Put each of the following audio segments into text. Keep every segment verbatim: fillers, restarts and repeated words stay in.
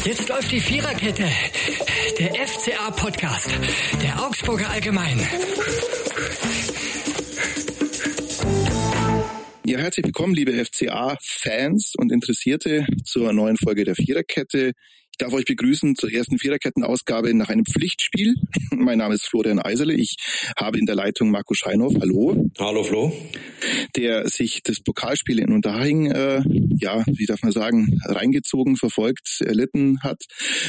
Jetzt läuft die Viererkette. Der F C A-Podcast. Der Augsburger Allgemein. Ja, herzlich willkommen, liebe F C A-Fans und Interessierte, zur neuen Folge der Viererkette. Ich darf euch begrüßen zur ersten Viererketten-Ausgabe nach einem Pflichtspiel. Mein Name ist Florian Eiserle. Ich habe in der Leitung Marco Scheinhoff. Hallo. Hallo Flo. Der sich das Pokalspiel in Unterhaching, äh, ja, wie darf man sagen, reingezogen, verfolgt, erlitten hat.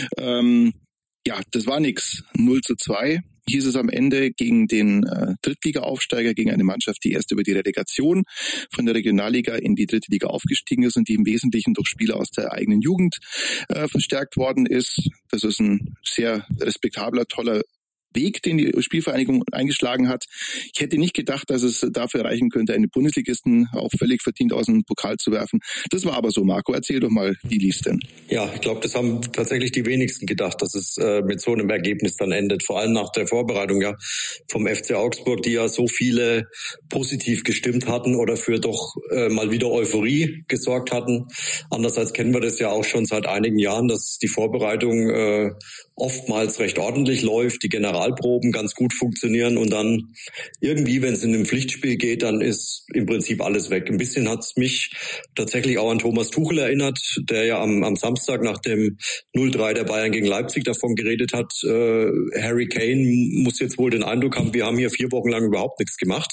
Ähm, ja, das war nix. null zu zwei. Hieß es am Ende gegen den äh, Drittliga-Aufsteiger, gegen eine Mannschaft, die erst über die Relegation von der Regionalliga in die dritte Liga aufgestiegen ist und die im Wesentlichen durch Spieler aus der eigenen Jugend äh, verstärkt worden ist. Das ist ein sehr respektabler, toller Weg, den die Spielvereinigung eingeschlagen hat. Ich hätte nicht gedacht, dass es dafür reichen könnte, einen Bundesligisten auch völlig verdient aus dem Pokal zu werfen. Das war aber so, Marco. Erzähl doch mal, wie lief's denn? Ja, ich glaube, das haben tatsächlich die wenigsten gedacht, dass es äh, mit so einem Ergebnis dann endet. Vor allem nach der Vorbereitung ja vom F C Augsburg, die ja so viele positiv gestimmt hatten oder für doch äh, mal wieder Euphorie gesorgt hatten. Andererseits kennen wir das ja auch schon seit einigen Jahren, dass die Vorbereitung äh, oftmals recht ordentlich läuft, die Generalproben ganz gut funktionieren und dann irgendwie, wenn es in ein Pflichtspiel geht, dann ist im Prinzip alles weg. Ein bisschen hat es mich tatsächlich auch an Thomas Tuchel erinnert, der ja am, am Samstag nach dem null drei der Bayern gegen Leipzig davon geredet hat, äh, Harry Kane muss jetzt wohl den Eindruck haben, wir haben hier vier Wochen lang überhaupt nichts gemacht.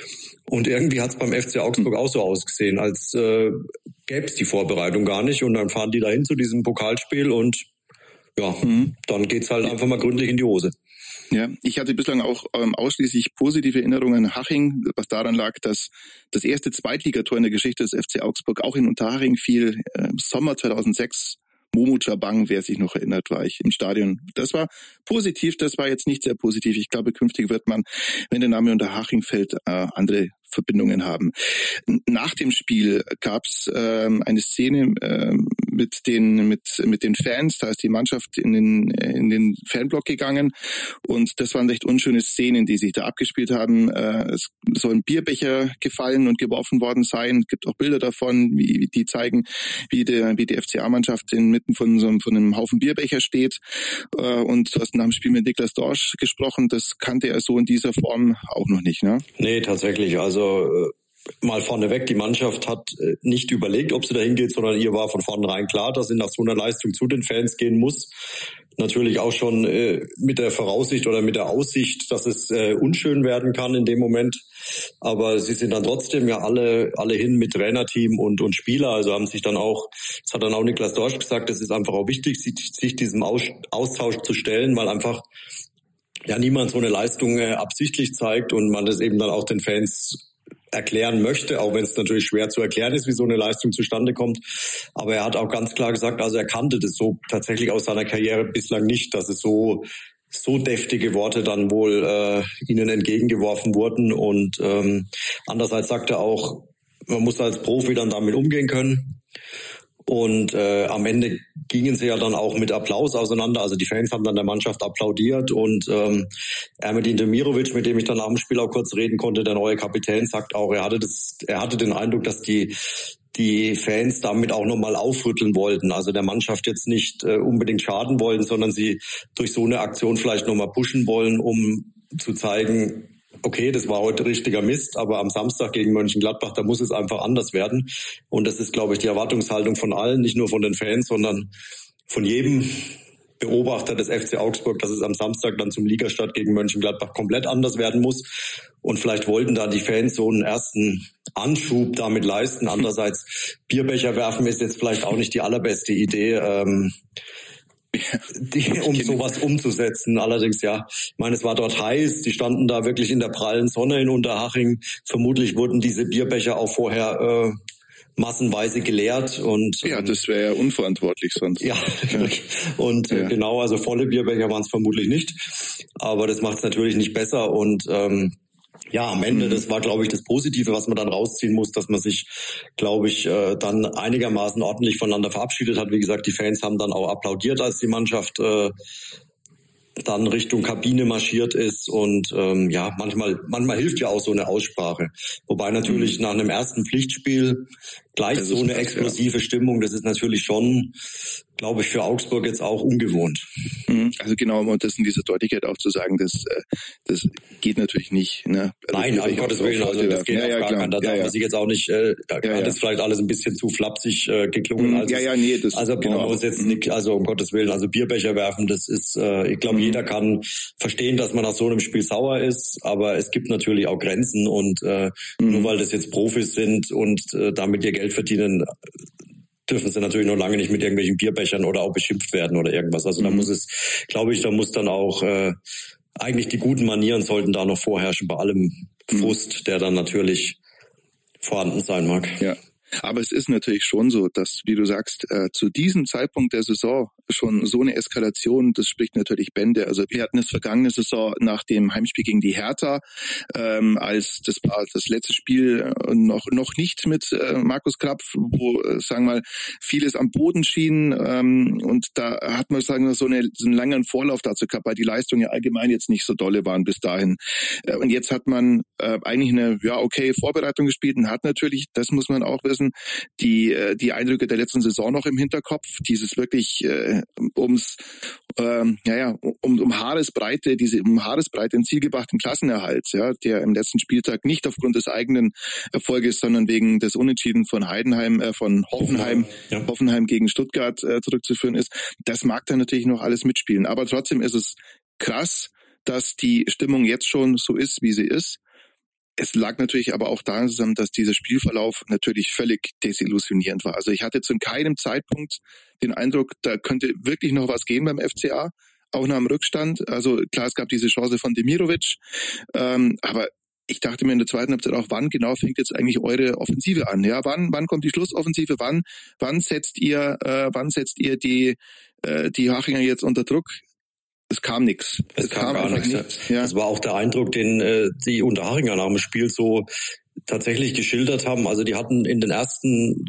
Und irgendwie hat es beim F C Augsburg auch so ausgesehen, als äh, gäbe es die Vorbereitung gar nicht. Und dann fahren die dahin zu diesem Pokalspiel und ja, mhm. dann geht's halt einfach mal gründlich in die Hose. Ja, ich hatte bislang auch ähm, ausschließlich positive Erinnerungen an Haching, was daran lag, dass das erste Zweitligator in der Geschichte des F C Augsburg auch in Unterhaching fiel, äh, Sommer zweitausendsechs. Momo Jabang, wer sich noch erinnert, war ich im Stadion. Das war positiv, das war jetzt nicht sehr positiv. Ich glaube, künftig wird man, wenn der Name Unterhaching fällt, äh, andere Verbindungen haben. Nach dem Spiel gab es ähm, eine Szene ähm, mit den mit mit den Fans. Da ist die Mannschaft in den in den Fanblock gegangen und das waren recht unschöne Szenen, die sich da abgespielt haben. Äh, es soll ein Bierbecher gefallen und geworfen worden sein. Es gibt auch Bilder davon, wie die zeigen, wie der wie die F C A-Mannschaft inmitten von so einem, von einem Haufen Bierbecher steht. Äh, und du hast nach dem Spiel mit Niklas Dorsch gesprochen. Das kannte er so in dieser Form auch noch nicht, ne? Nee, tatsächlich. Also Also mal vorneweg, die Mannschaft hat nicht überlegt, ob sie da hingeht, sondern ihr war von vornherein klar, dass sie nach so einer Leistung zu den Fans gehen muss. Natürlich auch schon äh, mit der Voraussicht oder mit der Aussicht, dass es äh, unschön werden kann in dem Moment. Aber sie sind dann trotzdem ja alle alle hin mit Trainerteam und und Spieler. Also haben sich dann auch, das hat dann auch Niklas Dorsch gesagt, es ist einfach auch wichtig, sich, sich diesem Aus, Austausch zu stellen, weil einfach ja niemand so eine Leistung äh, absichtlich zeigt und man das eben dann auch den Fans erklären möchte, auch wenn es natürlich schwer zu erklären ist, wie so eine Leistung zustande kommt. Aber er hat auch ganz klar gesagt, also er kannte das so tatsächlich aus seiner Karriere bislang nicht, dass es so so deftige Worte dann wohl äh, ihnen entgegengeworfen wurden. Und ähm, andererseits sagt er auch, man muss als Profi dann damit umgehen können. Und äh, am Ende gingen sie ja dann auch mit Applaus auseinander. Also die Fans haben dann der Mannschaft applaudiert und ähm, Ermedin Demirovic, mit dem ich dann nach dem Spiel auch kurz reden konnte, der neue Kapitän, sagt auch, er hatte das, er hatte den Eindruck, dass die die Fans damit auch nochmal aufrütteln wollten. Also der Mannschaft jetzt nicht äh, unbedingt schaden wollen, sondern sie durch so eine Aktion vielleicht nochmal pushen wollen, um zu zeigen, okay, das war heute richtiger Mist, aber am Samstag gegen Mönchengladbach, da muss es einfach anders werden. Und das ist, glaube ich, die Erwartungshaltung von allen, nicht nur von den Fans, sondern von jedem Beobachter des F C Augsburg, dass es am Samstag dann zum Ligastart gegen Mönchengladbach komplett anders werden muss. Und vielleicht wollten da die Fans so einen ersten Anschub damit leisten. Andererseits, Bierbecher werfen ist jetzt vielleicht auch nicht die allerbeste Idee, ähm, Die, um sowas umzusetzen. Allerdings, ja, ich meine, es war dort heiß, die standen da wirklich in der prallen Sonne in Unterhaching. Vermutlich wurden diese Bierbecher auch vorher äh, massenweise geleert. Und ja, das wäre ja unverantwortlich sonst. Ja, und ja. genau, also volle Bierbecher waren es vermutlich nicht. Aber das macht es natürlich nicht besser und ähm, ja, am Ende, das war, glaube ich, das Positive, was man dann rausziehen muss, dass man sich, glaube ich, äh, dann einigermaßen ordentlich voneinander verabschiedet hat. Wie gesagt, die Fans haben dann auch applaudiert, als die Mannschaft äh, dann Richtung Kabine marschiert ist. Und ähm, ja, manchmal manchmal hilft ja auch so eine Aussprache. Wobei natürlich mhm. nach einem ersten Pflichtspiel gleich so eine explosive ja. Stimmung, das ist natürlich schon, glaube ich, für Augsburg jetzt auch ungewohnt. Also genau, und das in dieser Deutlichkeit auch zu sagen, das, das geht natürlich nicht. Ne? Also Nein, um Gottes Willen, also das geht ja, auf ja, gar keinen. Da darf man sich jetzt auch nicht, äh, da ja, hat ja. das vielleicht alles ein bisschen zu flapsig äh, geklungen. Also ja, ja, nee, das also man genau. muss jetzt nicht, also um Gottes Willen, also Bierbecher werfen, das ist, äh, ich glaube, mhm. jeder kann verstehen, dass man nach so einem Spiel sauer ist, aber es gibt natürlich auch Grenzen und äh, mhm. nur weil das jetzt Profis sind und äh, damit ihr Geld verdienen, dürfen sie natürlich noch lange nicht mit irgendwelchen Bierbechern oder auch beschimpft werden oder irgendwas. Also mhm. da muss es, glaube ich, da muss dann auch äh, eigentlich die guten Manieren sollten da noch vorherrschen bei allem Frust, der dann natürlich vorhanden sein mag. Ja. Aber es ist natürlich schon so, dass, wie du sagst, äh, zu diesem Zeitpunkt der Saison schon so eine Eskalation, das spricht natürlich Bände. Also wir hatten es vergangene Saison nach dem Heimspiel gegen die Hertha, ähm, als das war das letzte Spiel noch noch nicht mit äh, Markus Krapf, wo, äh, sagen wir mal, vieles am Boden schien ähm, und da hat man, sagen wir, so, eine, so einen langen Vorlauf dazu gehabt, weil die Leistungen ja allgemein jetzt nicht so dolle waren bis dahin. Äh, und jetzt hat man äh, eigentlich eine, ja okay, Vorbereitung gespielt und hat natürlich, das muss man auch wissen, die die Eindrücke der letzten Saison noch im Hinterkopf, dieses wirklich äh, ums ähm, ja ja um um Haaresbreite, diese um Haaresbreite in Ziel gebrachten Klassenerhalt, ja, der im letzten Spieltag nicht aufgrund des eigenen Erfolges, sondern wegen des Unentschieden von Heidenheim, äh, von Hoffenheim, ja. Hoffenheim gegen Stuttgart äh, zurückzuführen ist. Das mag dann natürlich noch alles mitspielen, aber trotzdem ist es krass, dass die Stimmung jetzt schon so ist, wie sie ist. Es lag natürlich aber auch daran zusammen, dass dieser Spielverlauf natürlich völlig desillusionierend war. Also ich hatte zu keinem Zeitpunkt den Eindruck, da könnte wirklich noch was gehen beim F C A, auch nach dem Rückstand. Also klar, es gab diese Chance von Demirovic, ähm, aber ich dachte mir in der zweiten Halbzeit auch, wann genau fängt jetzt eigentlich eure Offensive an? Ja, wann wann kommt die Schlussoffensive? Wann wann setzt ihr äh, wann setzt ihr die äh, die Hachinger jetzt unter Druck? Es kam nichts. Es, es kam, kam gar nichts. Ja. Das war auch der Eindruck, den äh, die Unterhachinger nach dem Spiel so tatsächlich geschildert haben. Also die hatten in den ersten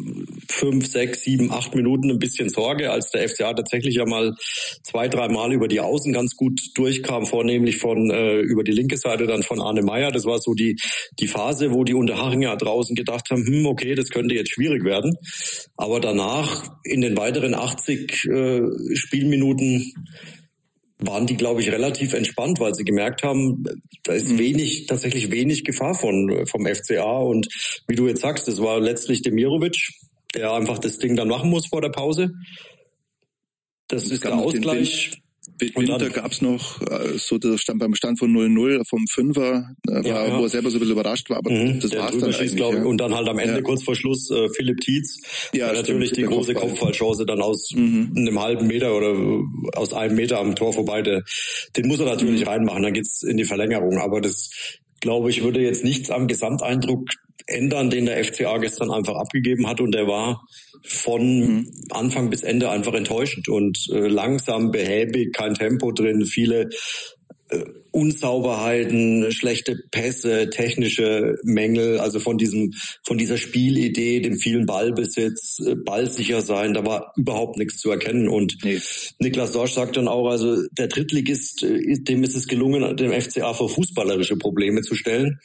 fünf, sechs, sieben, acht Minuten ein bisschen Sorge, als der F C A tatsächlich ja mal zwei, drei Mal über die Außen ganz gut durchkam, vornehmlich von äh, über die linke Seite dann von Arne Meyer. Das war so die die Phase, wo die Unterhachinger draußen gedacht haben, hm, okay, das könnte jetzt schwierig werden. Aber danach in den weiteren achtzig äh, Spielminuten waren die, glaube ich, relativ entspannt, weil sie gemerkt haben, da ist mhm. wenig, tatsächlich wenig Gefahr von vom F C A. Und wie du jetzt sagst, es war letztlich Demirovic, der einfach das Ding dann machen muss vor der Pause. Das ist der Ausgleich. Winter gab es noch, äh, so das stand beim Stand von null null vom Fünfer, äh, war, ja, ja. wo er selber so ein bisschen überrascht war, aber mhm, das war's dann eigentlich. Glaub ich. Ja. Und dann halt am Ende, ja. kurz vor Schluss, äh, Philipp Tietz, ja, natürlich die große Kopfball. Kopfballchance dann aus mhm. einem halben Meter oder aus einem Meter am Tor vorbei, der, den muss er natürlich mhm. reinmachen, dann geht's in die Verlängerung, aber das, glaube ich, würde jetzt nichts am Gesamteindruck ändern, den der F C A gestern einfach abgegeben hat, und der war von mhm. Anfang bis Ende einfach enttäuschend und äh, langsam, behäbig, kein Tempo drin, viele äh, Unsauberheiten, schlechte Pässe, technische Mängel, also von diesem, von dieser Spielidee, dem vielen Ballbesitz, äh, ballsicher sein, da war überhaupt nichts zu erkennen. Und nee. Niklas Dorsch sagt dann auch, also der Drittligist, äh, dem ist es gelungen, dem F C A vor fußballerische Probleme zu stellen.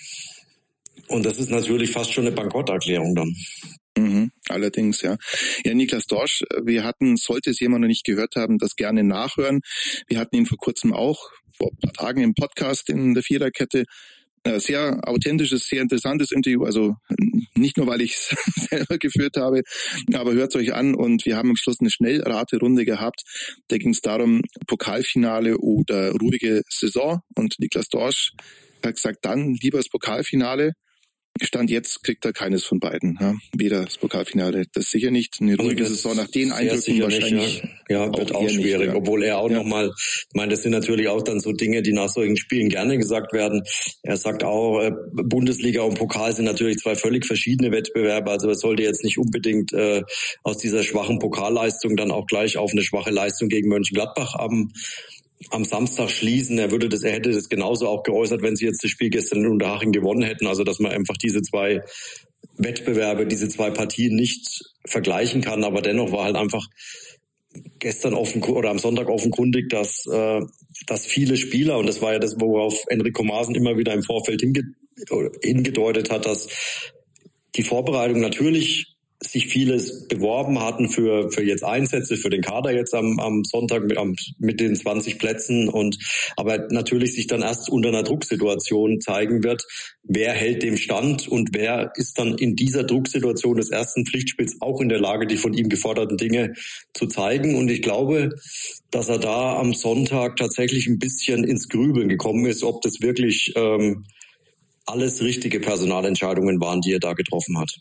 Und das ist natürlich fast schon eine Bankrotterklärung dann. Mhm, allerdings, ja. Ja, Niklas Dorsch, wir hatten, sollte es jemand noch nicht gehört haben, das gerne nachhören. Wir hatten ihn vor kurzem auch, vor ein paar Tagen im Podcast in der Viererkette. Sehr authentisches, sehr interessantes Interview. Also nicht nur, weil ich es selber geführt habe, aber hört es euch an. Und wir haben am Schluss eine Schnellraterunde gehabt. Da ging es darum, Pokalfinale oder ruhige Saison. Und Niklas Dorsch hat gesagt, dann lieber das Pokalfinale. Stand jetzt kriegt er keines von beiden. Ja. Weder das Pokalfinale, das sicher nicht. Eine ruhige Saison nach den Eindrücken wahrscheinlich. Nicht, ja, ja wird auch, auch schwierig. Nicht, ja. Obwohl er auch ja. nochmal, ich meine, das sind natürlich auch dann so Dinge, die nach solchen Spielen gerne gesagt werden. Er sagt auch, äh, Bundesliga und Pokal sind natürlich zwei völlig verschiedene Wettbewerbe. Also er sollte jetzt nicht unbedingt äh, aus dieser schwachen Pokalleistung dann auch gleich auf eine schwache Leistung gegen Mönchengladbach am am Samstag schließen. Er würde das, er hätte das genauso auch geäußert, wenn sie jetzt das Spiel gestern in Unterhaching gewonnen hätten. Also, dass man einfach diese zwei Wettbewerbe, diese zwei Partien nicht vergleichen kann. Aber dennoch war halt einfach gestern offen oder am Sonntag offenkundig, dass, äh, dass viele Spieler, und das war ja das, worauf Enrico Maaßen immer wieder im Vorfeld hinge- hingedeutet hat, dass die Vorbereitung natürlich sich vieles beworben hatten für für jetzt Einsätze, für den Kader jetzt am am Sonntag mit, am, mit den zwanzig Plätzen und aber natürlich sich dann erst unter einer Drucksituation zeigen wird, wer hält dem Stand und wer ist dann in dieser Drucksituation des ersten Pflichtspiels auch in der Lage, die von ihm geforderten Dinge zu zeigen. Und ich glaube, dass er da am Sonntag tatsächlich ein bisschen ins Grübeln gekommen ist, ob das wirklich ähm, alles richtige Personalentscheidungen waren, die er da getroffen hat.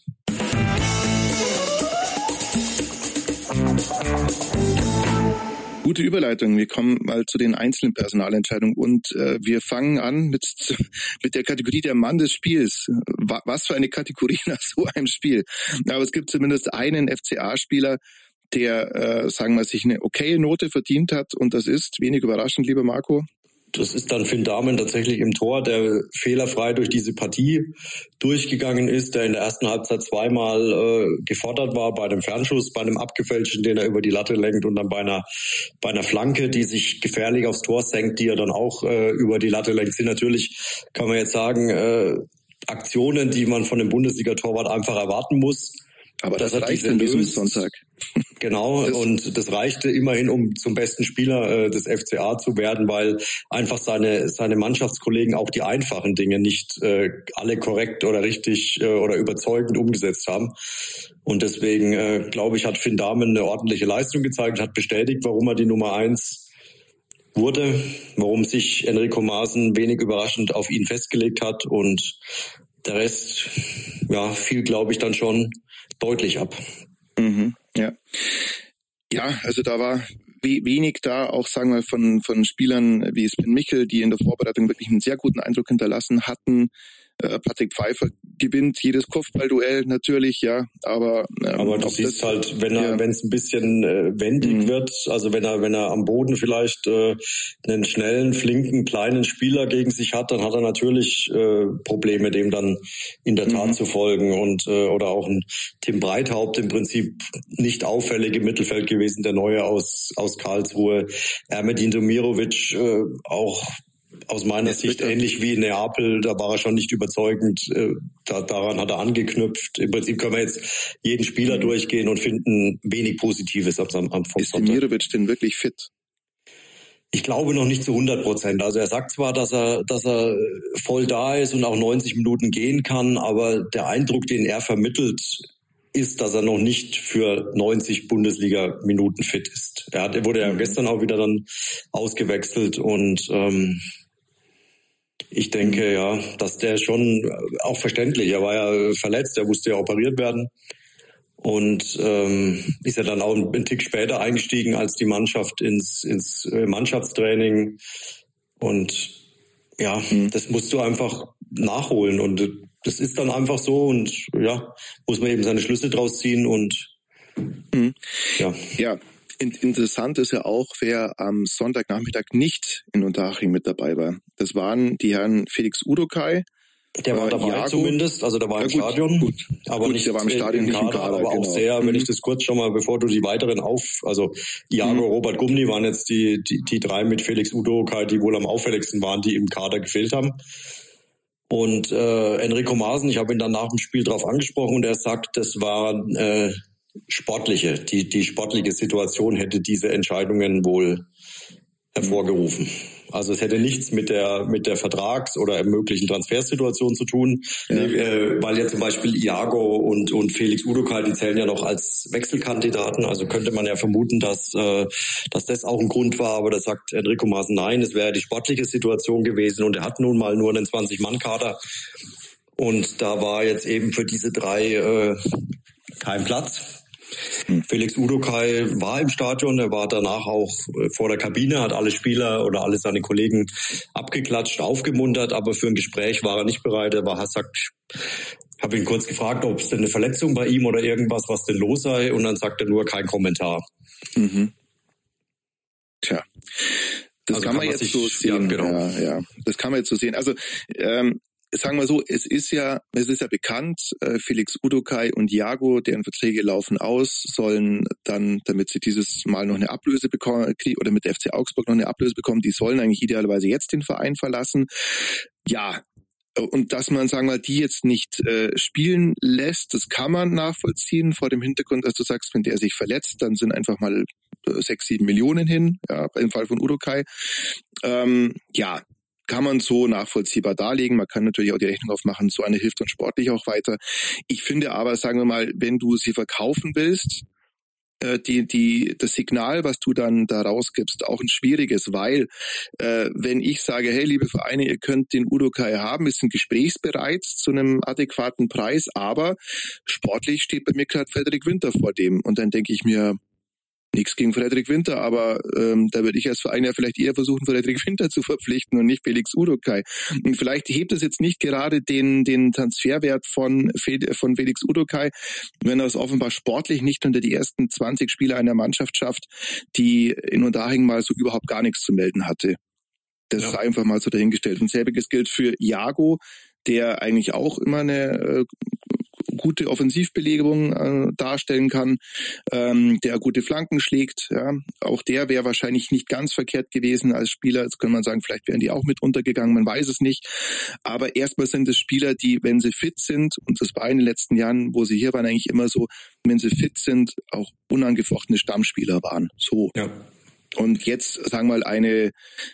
Gute Überleitung. Wir kommen mal zu den einzelnen Personalentscheidungen und äh, wir fangen an mit mit der Kategorie der Mann des Spiels. Was für eine Kategorie nach so einem Spiel. Aber es gibt zumindest einen F C A-Spieler, der, äh, sagen wir, sich eine okaye Note verdient hat und das ist, wenig überraschend, lieber Marco. Das ist dann Finn Dahmen tatsächlich im Tor, der fehlerfrei durch diese Partie durchgegangen ist, der in der ersten Halbzeit zweimal äh, gefordert war bei einem Fernschuss, bei einem abgefälschten, den er über die Latte lenkt und dann bei einer bei einer Flanke, die sich gefährlich aufs Tor senkt, die er dann auch äh, über die Latte lenkt. Sind natürlich, kann man jetzt sagen, äh, Aktionen, die man von dem Bundesliga-Torwart einfach erwarten muss. Aber das reicht an diesem Sonntag. Genau, das und das reichte immerhin, um zum besten Spieler äh, des F C A zu werden, weil einfach seine seine Mannschaftskollegen auch die einfachen Dinge nicht äh, alle korrekt oder richtig äh, oder überzeugend umgesetzt haben. Und deswegen, äh, glaube ich, hat Finn Dahmen eine ordentliche Leistung gezeigt, hat bestätigt, warum er die Nummer eins wurde, warum sich Enrico Maaßen wenig überraschend auf ihn festgelegt hat und der Rest, ja, fiel, glaube ich, dann schon deutlich ab. Mhm, ja. Ja, also da war we- wenig da, auch sagen wir von von Spielern wie Sven Michel, die in der Vorbereitung wirklich einen sehr guten Eindruck hinterlassen hatten. Äh, Patrick Pfeiffer gewinnt jedes Kopfballduell natürlich, ja, aber ähm, aber du siehst das, halt, wenn er, ja. wenn es ein bisschen äh, wendig mhm. wird, also wenn er wenn er am Boden vielleicht äh, einen schnellen, flinken, kleinen Spieler gegen sich hat, dann hat er natürlich äh, Probleme, dem dann in der Tat mhm. zu folgen und äh, oder auch ein Tim Breithaupt im Prinzip nicht auffällig im Mittelfeld gewesen, der Neue aus aus Karlsruhe, Ermedin Demirovic äh, auch aus meiner Sicht ähnlich wie in Neapel, da war er schon nicht überzeugend, da, daran hat er angeknüpft. Im Prinzip können wir jetzt jeden Spieler mhm. durchgehen und finden wenig Positives am Sonntag. Ist Demirovic denn wirklich fit? Ich glaube noch nicht zu hundert Prozent. Also er sagt zwar, dass er, dass er voll da ist und auch neunzig Minuten gehen kann, aber der Eindruck, den er vermittelt, ist, dass er noch nicht für neunzig Bundesliga-Minuten fit ist. Er, hat, er wurde ja gestern auch wieder dann ausgewechselt und ähm, ich denke, ja, dass der schon auch verständlich, er war ja verletzt, er musste ja operiert werden und ähm, ist ja dann auch einen Tick später eingestiegen als die Mannschaft ins, ins Mannschaftstraining und ja, mhm. das musst du einfach nachholen und das ist dann einfach so und ja, muss man eben seine Schlüsse draus ziehen und mhm. ja. Ja. Interessant ist ja auch, wer am Sonntagnachmittag nicht in Unterhaching mit dabei war. Das waren die Herren Felix Udokai. Der war dabei Iago. Zumindest, also der war ja, im gut, Stadion, gut, aber gut, nicht der war im Stadion, im Kader, nicht im Kader, aber genau. auch sehr, wenn ich das kurz schon mal, bevor du die weiteren auf, also Iago, mhm. Robert Gumni waren jetzt die, die, die drei mit Felix Udokai, die wohl am auffälligsten waren, die im Kader gefehlt haben. Und äh, Enrico Maaßen, ich habe ihn dann nach dem Spiel drauf angesprochen und er sagt, das war äh, sportliche, die die sportliche Situation hätte diese Entscheidungen wohl hervorgerufen. Also es hätte nichts mit der mit der Vertrags- oder möglichen Transfersituation zu tun, ja. nee, äh, weil ja zum Beispiel Iago und und Felix Udokai, die zählen ja noch als Wechselkandidaten, also könnte man ja vermuten, dass äh, dass das auch ein Grund war, aber da sagt Enrico Maaßen, nein, es wäre die sportliche Situation gewesen und er hat nun mal nur einen zwanzig-Mann-Kader und da war jetzt eben für diese drei äh, kein Platz. Felix Udokai war im Stadion, er war danach auch vor der Kabine, hat alle Spieler oder alle seine Kollegen abgeklatscht, aufgemuntert, aber für ein Gespräch war er nicht bereit. Er war, sagt, ich habe ihn kurz gefragt, ob es denn eine Verletzung bei ihm oder irgendwas, was denn los sei, und dann sagt er nur kein Kommentar. Mhm. Tja, das also kann, man kann man jetzt sich, so sehen. Ja, genau. ja, ja, das kann man jetzt so sehen. Also ähm, sagen wir so, es ist ja, es ist ja bekannt, äh, Felix Udokai und Iago, deren Verträge laufen aus, sollen dann, damit sie dieses Mal noch eine Ablöse bekommen, oder mit F C Augsburg noch eine Ablöse bekommen, die sollen eigentlich idealerweise jetzt den Verein verlassen. Ja, Und dass man, sagen wir mal, die jetzt nicht äh, spielen lässt, das kann man nachvollziehen vor dem Hintergrund, dass du sagst, wenn der sich verletzt, dann sind einfach mal äh, sechs, sieben Millionen hin, ja, im Fall von Udokai. Ähm, ja, kann man so nachvollziehbar darlegen. Man kann natürlich auch die Rechnung aufmachen, so eine hilft uns sportlich auch weiter. Ich finde aber, sagen wir mal, wenn du sie verkaufen willst, die die das Signal, was du dann da rausgibst, auch ein schwieriges, weil äh, wenn ich sage, hey, liebe Vereine, ihr könnt den Udokai haben, ist ein gesprächsbereit zu einem adäquaten Preis, aber sportlich steht bei mir gerade Frederik Winter vor dem. Und dann denke ich mir, nichts gegen Frederik Winter, aber ähm, da würde ich als Verein ja vielleicht eher versuchen, Frederik Winter zu verpflichten und nicht Felix Udokai. Und vielleicht hebt es jetzt nicht gerade den den Transferwert von von Felix Udokai, wenn er es offenbar sportlich nicht unter die ersten zwanzig Spieler einer Mannschaft schafft, die in Unterhaching mal so überhaupt gar nichts zu melden hatte. Das ja. ist einfach mal so dahingestellt. Und selbiges gilt für Iago, der eigentlich auch immer eine äh, gute Offensivbelegung äh, darstellen kann, ähm, der gute Flanken schlägt. Ja. Auch der wäre wahrscheinlich nicht ganz verkehrt gewesen als Spieler. Jetzt kann man sagen, vielleicht wären die auch mit untergegangen, man weiß es nicht. Aber erstmal sind es Spieler, die, wenn sie fit sind, und das war in den letzten Jahren, wo sie hier waren, eigentlich immer so, wenn sie fit sind, auch unangefochtene Stammspieler waren. So. Ja. Und jetzt, sagen wir mal, eine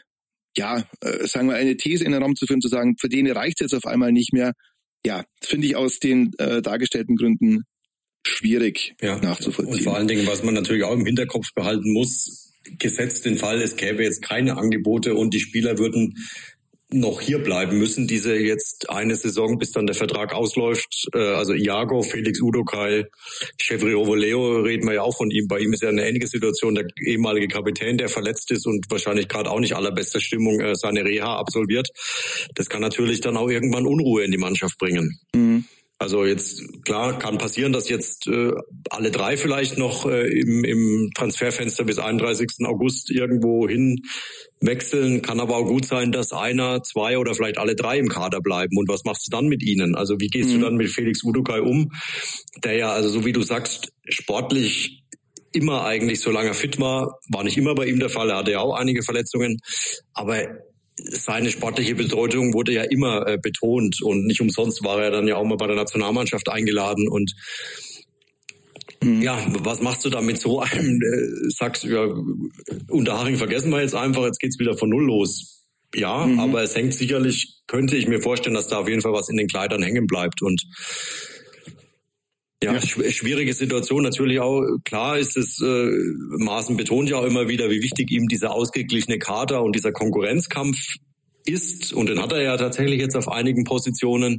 ja, äh, sagen wir, eine These in den Raum zu führen, zu sagen, für den reicht es jetzt auf einmal nicht mehr. Ja, finde ich aus den äh, dargestellten Gründen schwierig ja. nachzuvollziehen. Und vor allen Dingen, was man natürlich auch im Hinterkopf behalten muss, gesetzt den Fall, es gäbe jetzt keine Angebote und die Spieler würden noch hier bleiben müssen, diese jetzt eine Saison, bis dann der Vertrag ausläuft. Also Iago, Felix Udokai, Chevrier-Leo, reden wir ja auch von ihm. Bei ihm ist ja eine ähnliche Situation, der ehemalige Kapitän, der verletzt ist und wahrscheinlich gerade auch nicht allerbester Stimmung seine Reha absolviert. Das kann natürlich dann auch irgendwann Unruhe in die Mannschaft bringen. Mhm. Also jetzt, klar, kann passieren, dass jetzt äh, alle drei vielleicht noch äh, im, im Transferfenster bis einunddreißigsten August irgendwo hin wechseln. Kann aber auch gut sein, dass einer, zwei oder vielleicht alle drei im Kader bleiben. Und was machst du dann mit ihnen? Also wie gehst mhm. du dann mit Felix Udokai um? Der ja, also so wie du sagst, sportlich immer eigentlich, solange er fit war, war nicht immer bei ihm der Fall. Er hatte ja auch einige Verletzungen. Aber seine sportliche Bedeutung wurde ja immer äh, betont und nicht umsonst war er dann ja auch mal bei der Nationalmannschaft eingeladen und mhm. ja, was machst du da mit so einem, äh, sagst du ja, Unterhaching vergessen wir jetzt einfach, jetzt geht's wieder von Null los. Ja, mhm. aber es hängt sicherlich, könnte ich mir vorstellen, dass da auf jeden Fall was in den Kleidern hängen bleibt und Ja, ja, schwierige Situation natürlich auch. Klar ist es, äh, Maaßen betont ja auch immer wieder, wie wichtig ihm dieser ausgeglichene Kader und dieser Konkurrenzkampf ist. Und den hat er ja tatsächlich jetzt auf einigen Positionen.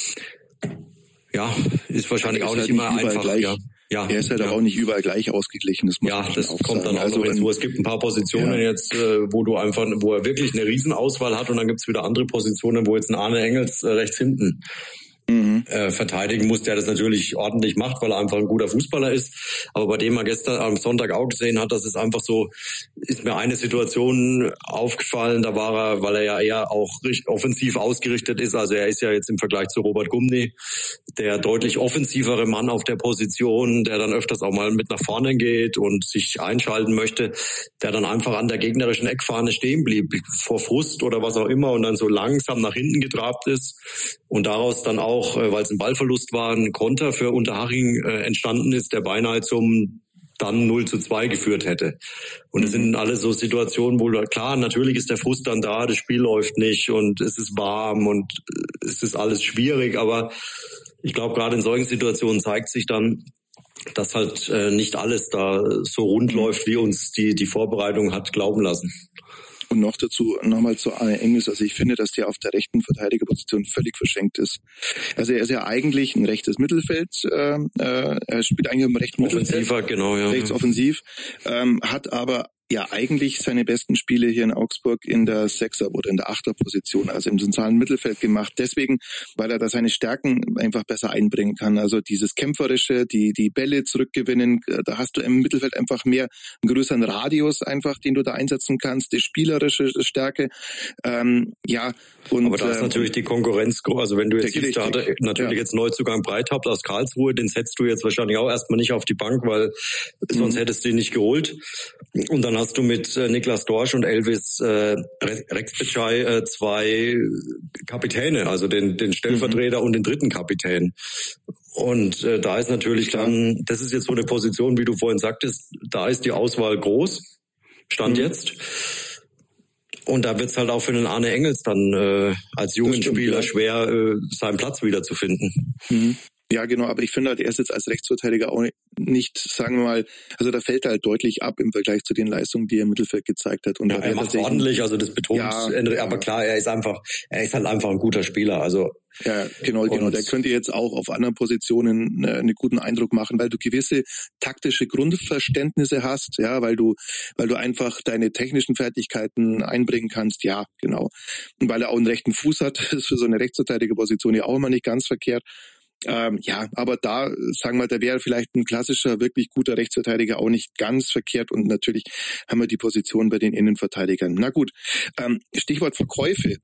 Ja, ist wahrscheinlich ist auch nicht immer einfach. Ja. Ja, er ist halt ja auch nicht überall gleich ausgeglichen. Das muss ja, man das auch kommt sagen. dann auch also noch hinzu. Es gibt ein paar Positionen ja. jetzt, äh, wo du einfach, wo er wirklich eine Riesenauswahl hat und dann gibt's wieder andere Positionen, wo jetzt ein Arne Engels äh, rechts hinten Mhm. Äh, verteidigen muss, der das natürlich ordentlich macht, weil er einfach ein guter Fußballer ist. Aber bei dem man gestern am Sonntag auch gesehen hat, das ist einfach so, ist mir eine Situation aufgefallen, da war er, weil er ja eher auch offensiv ausgerichtet ist, also er ist ja jetzt im Vergleich zu Robert Gumny der deutlich offensivere Mann auf der Position, der dann öfters auch mal mit nach vorne geht und sich einschalten möchte, der dann einfach an der gegnerischen Eckfahne stehen blieb, vor Frust oder was auch immer und dann so langsam nach hinten getrabt ist und daraus dann auch auch, weil es ein Ballverlust war, ein Konter für Unterhaching äh, entstanden ist, der beinahe zum dann null zu zwei geführt hätte. Und es sind alles so Situationen, wo, klar, natürlich ist der Frust dann da, das Spiel läuft nicht und es ist warm und es ist alles schwierig, aber ich glaube, gerade in solchen Situationen zeigt sich dann, dass halt äh, nicht alles da so rund läuft, wie uns die, die Vorbereitung hat glauben lassen. Und noch dazu, nochmal zu Arne Engels, also ich finde, dass der auf der rechten Verteidigerposition völlig verschenkt ist. Also er ist ja eigentlich ein rechtes Mittelfeld, äh, er spielt eigentlich im rechten Offensiver, Mittelfeld, genau, ja. rechts offensiv, ähm, hat aber ja eigentlich seine besten Spiele hier in Augsburg in der Sechser- oder in der Achterposition, also im zentralen Mittelfeld gemacht. Deswegen, weil er da seine Stärken einfach besser einbringen kann. Also dieses Kämpferische, die die Bälle zurückgewinnen, da hast du im Mittelfeld einfach mehr, einen größeren Radius einfach, den du da einsetzen kannst, die spielerische Stärke. Ähm, ja. Und, aber da ist natürlich die Konkurrenz, also wenn du jetzt siehst, da hat er natürlich ja. jetzt Neuzugang Breithaupt aus Karlsruhe, den setzt du jetzt wahrscheinlich auch erstmal nicht auf die Bank, weil mhm. sonst hättest du ihn nicht geholt. Und dann hast du mit äh, Niklas Dorsch und Elvis äh, Rexbecai äh, zwei Kapitäne, also den, den Stellvertreter mhm. und den dritten Kapitän. Und äh, da ist natürlich dann, das ist jetzt so eine Position, wie du vorhin sagtest, da ist die Auswahl groß, Stand mhm. jetzt. Und da wird's halt auch für den Arne Engels dann äh, als jungen stimmt, Spieler ja. schwer, äh, seinen Platz wiederzufinden. Mhm. Ja, genau, aber ich finde halt, er ist jetzt als Rechtsverteidiger auch nicht, sagen wir mal, also da fällt er halt deutlich ab im Vergleich zu den Leistungen, die er im Mittelfeld gezeigt hat. Und ja, er macht ordentlich, also das betont, ja, aber klar, er ist einfach, er ist halt einfach ein guter Spieler, also. Ja, genau, genau. Der könnte jetzt auch auf anderen Positionen äh, einen guten Eindruck machen, weil du gewisse taktische Grundverständnisse hast, ja, weil du, weil du einfach deine technischen Fertigkeiten einbringen kannst, ja, genau. Und weil er auch einen rechten Fuß hat, ist für so eine Rechtsverteidigerposition ja auch immer nicht ganz verkehrt. Ähm, ja, aber da, sagen wir, da wäre vielleicht ein klassischer, wirklich guter Rechtsverteidiger auch nicht ganz verkehrt und natürlich haben wir die Position bei den Innenverteidigern. Na gut, ähm, Stichwort Verkäufe.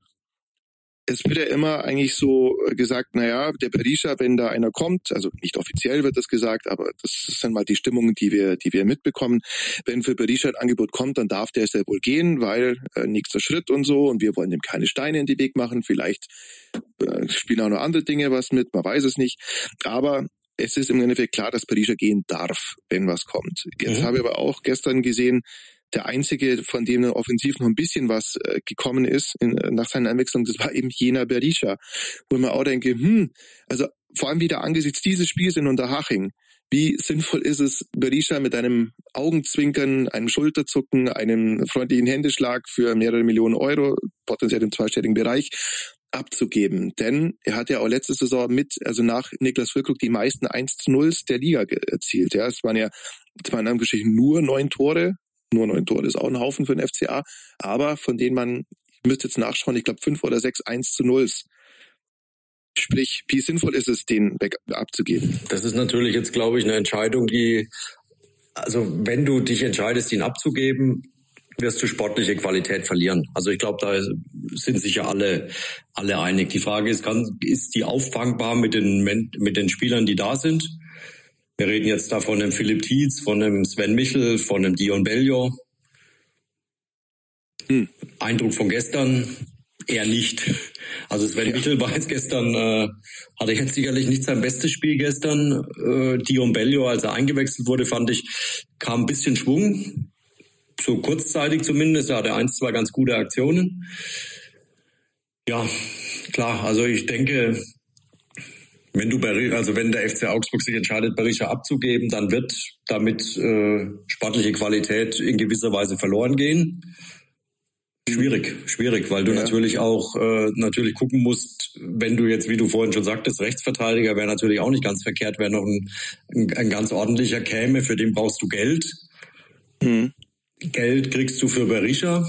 Es wird ja immer eigentlich so gesagt, naja, der Berisha, wenn da einer kommt, also nicht offiziell wird das gesagt, aber das sind mal die Stimmungen, die wir, die wir mitbekommen. Wenn für Berisha ein Angebot kommt, dann darf der sehr wohl gehen, weil äh, nächster Schritt und so und wir wollen ihm keine Steine in den Weg machen. Vielleicht äh, spielen auch noch andere Dinge was mit, man weiß es nicht. Aber es ist im Endeffekt klar, dass Berisha gehen darf, wenn was kommt. Jetzt mhm. habe ich aber auch gestern gesehen, der einzige, von dem offensiv noch ein bisschen was äh, gekommen ist in, nach seiner Einwechslung, das war eben jener Berisha, wo man auch denke, hm, also vor allem wieder angesichts dieses Spiels in Unterhaching, wie sinnvoll ist es, Berisha mit einem Augenzwinkern, einem Schulterzucken, einem freundlichen Händeschlag für mehrere Millionen Euro, potenziell im zweistelligen Bereich, abzugeben. Denn er hat ja auch letzte Saison mit, also nach Niklas Füllkrug, die meisten eins zu null der Liga erzielt. Ja, es waren ja, es waren in einem Geschichte nur neun Tore, Nur neun Tore ist auch ein Haufen für den F C A, aber von denen man, ich müsste jetzt nachschauen, ich glaube fünf oder sechs eins zu nulls. Sprich, wie sinnvoll ist es, den weg abzugeben? Das ist natürlich jetzt, glaube ich, eine Entscheidung, die, also wenn du dich entscheidest, ihn abzugeben, wirst du sportliche Qualität verlieren. Also ich glaube, da sind sich ja alle, alle einig. Die Frage ist, kann, ist die auffangbar mit den, mit den Spielern, die da sind? Wir reden jetzt da von dem Philipp Tietz, von dem Sven Michel, von dem Dion Bellio. Hm. Eindruck von gestern eher nicht. Also Sven ja. Michel war jetzt gestern, äh, hatte jetzt sicherlich nicht sein bestes Spiel gestern. Äh, Dion Bellio, als er eingewechselt wurde, fand ich, kam ein bisschen Schwung. So kurzzeitig zumindest. Er hatte eins, zwei ganz gute Aktionen. Ja, klar, also ich denke, Wenn du also wenn der F C Augsburg sich entscheidet, Berisha abzugeben, dann wird damit äh, sportliche Qualität in gewisser Weise verloren gehen. Schwierig, schwierig, weil du ja. natürlich auch äh, natürlich gucken musst, wenn du jetzt, wie du vorhin schon sagtest, Rechtsverteidiger wäre natürlich auch nicht ganz verkehrt, wäre noch ein, ein, ein ganz ordentlicher käme, für den brauchst du Geld. Mhm. Geld kriegst du für Berisha.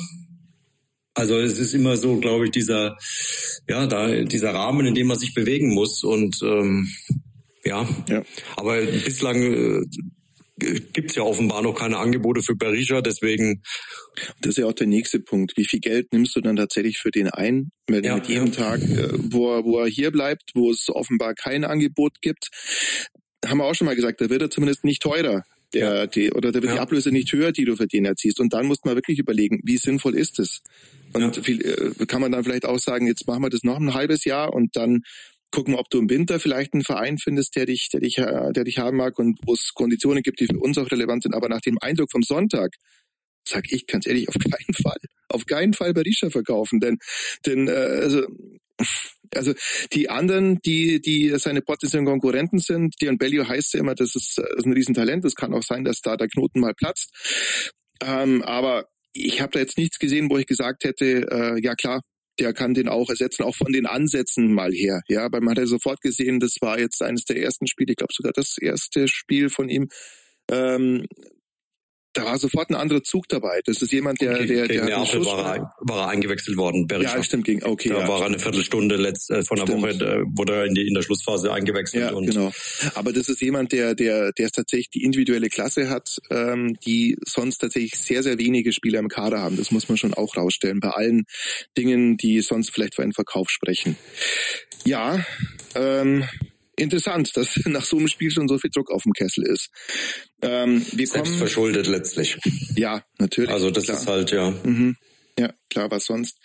Also es ist immer so, glaube ich, dieser ja da dieser Rahmen, in dem man sich bewegen muss und ähm, ja. ja, aber bislang äh, gibt es ja offenbar noch keine Angebote für Berisha, deswegen. Das ist ja auch der nächste Punkt. Wie viel Geld nimmst du dann tatsächlich für den ein, wenn ja, mit jedem ja. Tag, äh, wo er, wo er hier bleibt, wo es offenbar kein Angebot gibt? Haben wir auch schon mal gesagt, da wird er zumindest nicht teurer. Der, ja. die, oder da wird ja. die Ablöse nicht höher, die du für den erziehst. Und dann muss man wirklich überlegen, wie sinnvoll ist es? Und ja. viel, äh, kann man dann vielleicht auch sagen, jetzt machen wir das noch ein halbes Jahr und dann gucken, ob du im Winter vielleicht einen Verein findest, der dich, der dich, der dich haben mag und wo es Konditionen gibt, die für uns auch relevant sind. Aber nach dem Eindruck vom Sonntag sag ich ganz ehrlich, auf keinen Fall, auf keinen Fall Berisha verkaufen, denn, denn äh, also Also die anderen, die die seine potenziellen Konkurrenten sind, Dion Bellio heißt ja immer, das ist, das ist ein Riesentalent. Es kann auch sein, dass da der Knoten mal platzt. Ähm, aber ich habe da jetzt nichts gesehen, wo ich gesagt hätte, äh, ja klar, der kann den auch ersetzen, auch von den Ansätzen mal her. Ja, weil man hat ja sofort gesehen, das war jetzt eines der ersten Spiele, ich glaube sogar das erste Spiel von ihm. Ähm, Da war sofort ein anderer Zug dabei. Das ist jemand, der... Okay, der, gegen der Neapel war er, war er eingewechselt worden, Berisha. Ja, stimmt. Gegen, okay, da ja, war er eine Viertelstunde letzt, äh, von der stimmt. Woche, da wurde er in, die, in der Schlussphase eingewechselt. Ja, und genau. Aber das ist jemand, der der der tatsächlich die individuelle Klasse hat, ähm, die sonst tatsächlich sehr, sehr wenige Spieler im Kader haben. Das muss man schon auch rausstellen. Bei allen Dingen, die sonst vielleicht für einen Verkauf sprechen. Ja, ähm... interessant, dass nach so einem Spiel schon so viel Druck auf dem Kessel ist. Ähm, wir Selbst kommen, verschuldet letztlich. Ja, natürlich. Also das klar. ist halt, ja. Mhm. Ja, klar, was sonst.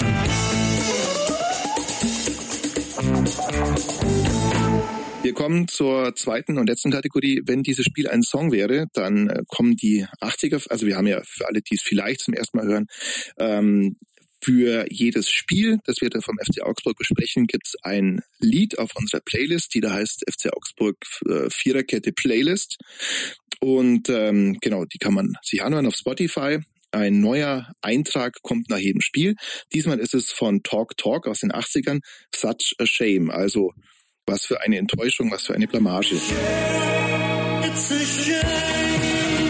Wir kommen zur zweiten und letzten Kategorie. Wenn dieses Spiel ein Song wäre, dann äh, kommen die achtziger, also wir haben ja für alle, die es vielleicht zum ersten Mal hören, ähm, für jedes Spiel, das wir da vom F C Augsburg besprechen, gibt es ein Lied auf unserer Playlist, die da heißt F C Augsburg äh, Viererkette Playlist. Und ähm, genau, die kann man sich anhören auf Spotify. Ein neuer Eintrag kommt nach jedem Spiel. Diesmal ist es von Talk Talk aus den achtzigern, Such a Shame. Also was für eine Enttäuschung, was für eine Blamage. It's a shame.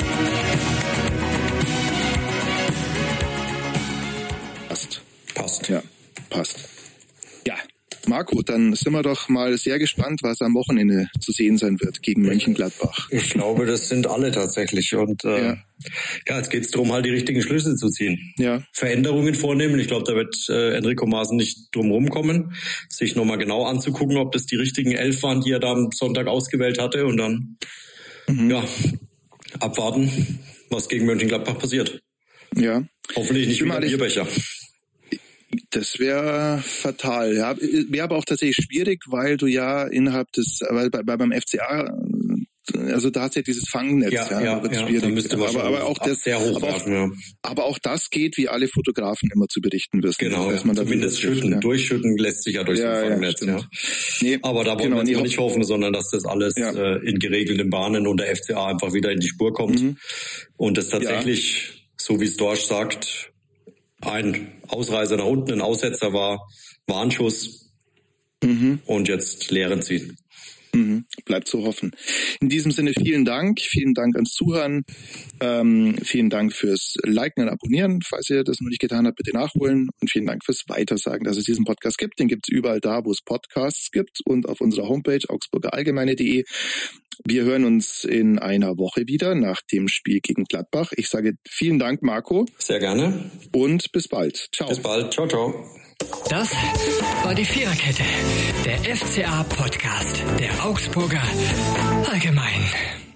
Passt. Passt. Ja, passt. Ja, Marco, dann sind wir doch mal sehr gespannt, was am Wochenende zu sehen sein wird gegen Mönchengladbach. Ich glaube, das sind alle tatsächlich. Und äh, ja. ja, jetzt geht es darum, halt die richtigen Schlüsse zu ziehen. Ja. Veränderungen vornehmen. Ich glaube, da wird äh, Enrico Maaßen nicht drum rumkommen, sich nochmal genau anzugucken, ob das die richtigen elf waren, die er da am Sonntag ausgewählt hatte. Und dann mhm. ja abwarten, was gegen Mönchengladbach passiert. Ja. Hoffentlich nicht wieder Bierbecher. Das wäre fatal, ja. Wäre aber auch tatsächlich schwierig, weil du ja innerhalb des, weil bei, beim F C A, also da hat ja dieses Fangnetz, ja, ja, ja, wird ja, schwierig. Da müsste man aber, aber auch das, sehr hoch aber, auch, werfen, ja. aber auch das geht, wie alle Fotografen immer zu berichten wissen. Genau, dass man zumindest schütten, ja. durchschütten lässt sich ja durch ja, das Fangnetz. Ja, nee, aber da wollen genau, wir jetzt nicht hoffen, sondern dass das alles ja. äh, in geregelten Bahnen und der F C A einfach wieder in die Spur kommt mhm. und es tatsächlich, ja. so wie es Dorsch sagt, ein Ausreißer nach unten, ein Aussetzer war, Warnschuss mhm. und jetzt leeren ziehen. Mhm. Bleibt zu hoffen. In diesem Sinne vielen Dank, vielen Dank ans Zuhören, ähm, vielen Dank fürs Liken und Abonnieren, falls ihr das noch nicht getan habt, bitte nachholen und vielen Dank fürs Weitersagen, dass es diesen Podcast gibt. Den gibt es überall da, wo es Podcasts gibt und auf unserer Homepage augsburger allgemeine punkt de. Wir hören uns in einer Woche wieder nach dem Spiel gegen Gladbach. Ich sage vielen Dank, Marco. Sehr gerne. Und bis bald. Ciao. Bis bald. Ciao, ciao. Das war die Viererkette, der F C A-Podcast der Augsburger Allgemein.